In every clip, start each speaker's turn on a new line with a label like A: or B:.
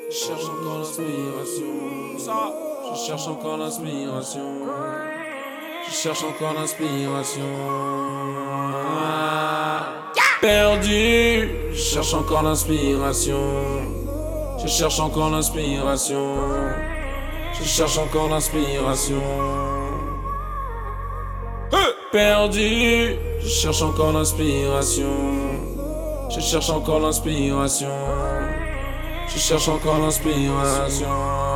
A: Je cherche encore l'inspiration. Je cherche encore l'inspiration. Je cherche encore l'inspiration. Perdu, je cherche encore l'inspiration. Je cherche encore l'inspiration. Je cherche encore l'inspiration. Perdu, je cherche encore l'inspiration. Je cherche encore l'inspiration. Je cherche encore l'inspiration.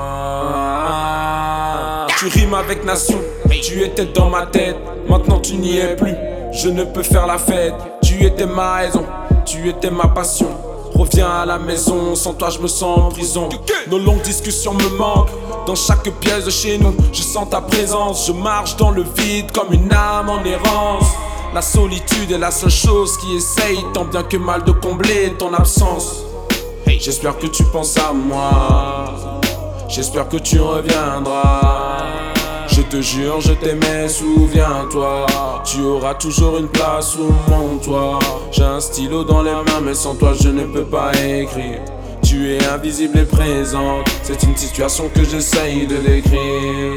A: Tu rimes avec nation, tu étais dans ma tête, maintenant tu n'y es plus. Je ne peux faire la fête, tu étais ma raison, tu étais ma passion. Reviens à la maison, sans toi je me sens en prison. Nos longues discussions me manquent, dans chaque pièce de chez nous, je sens ta présence. Je marche dans le vide comme une âme en errance. La solitude est la seule chose qui essaye tant bien que mal de combler ton absence. J'espère que tu penses à moi, j'espère que tu reviendras. Je te jure, je t'aimais, souviens-toi. Tu auras toujours une place sous mon toit. J'ai un stylo dans les mains, mais sans toi je ne peux pas écrire. Tu es invisible et présente, c'est une situation que j'essaye de décrire.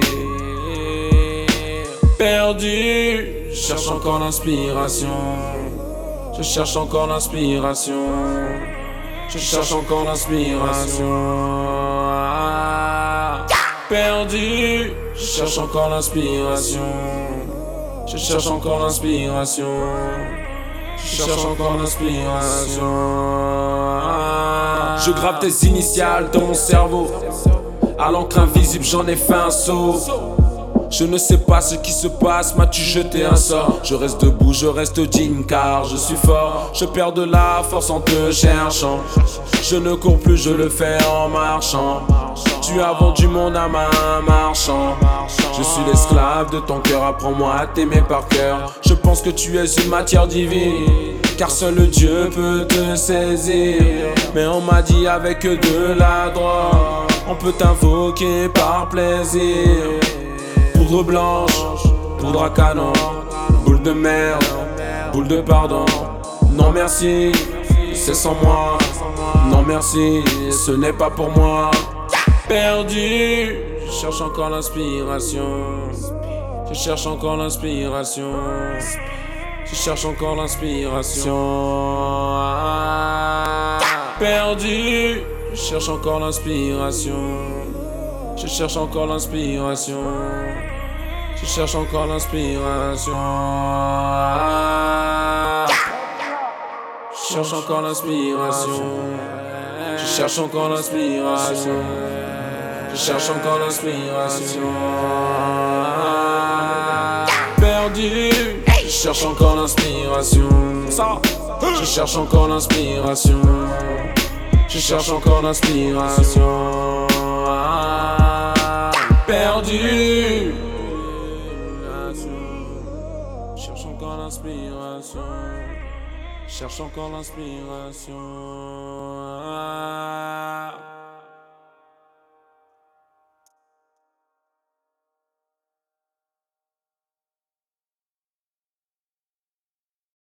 A: Perdu, je cherche encore l'inspiration. Je cherche encore l'inspiration. Je cherche encore l'inspiration. Perdu, je cherche encore l'inspiration. Je cherche encore l'inspiration. Je cherche encore l'inspiration. Je grave tes initiales dans mon cerveau. À l'encre invisible, j'en ai fait un saut. Je ne sais pas ce qui se passe, m'as-tu jeté un sort? Je reste debout, je reste digne car je suis fort. Je perds de la force en te cherchant. Je ne cours plus, je le fais en marchant. Tu as vendu mon âme à un marchand. Je suis l'esclave de ton cœur, apprends-moi à t'aimer par cœur. Je pense que tu es une matière divine, car seul Dieu peut te saisir. Mais on m'a dit avec de la drogue, on peut t'invoquer par plaisir. Poudre blanche, poudre à canon, boule de merde, boule de pardon. Non merci, c'est sans moi. Non merci, ce n'est pas pour moi. Perdu, je cherche encore l'inspiration. Je cherche encore l'inspiration. Je cherche encore l'inspiration. Perdu, je cherche encore l'inspiration. Je cherche encore l'inspiration. Je cherche encore l'inspiration. Je cherche encore l'inspiration. Je cherche encore l'inspiration. Je cherche encore l'inspiration. Perdu, je cherche encore l'inspiration. Je cherche encore l'inspiration. Je cherche encore l'inspiration. Perdu, je cherche encore l'inspiration. Je cherche encore l'inspiration.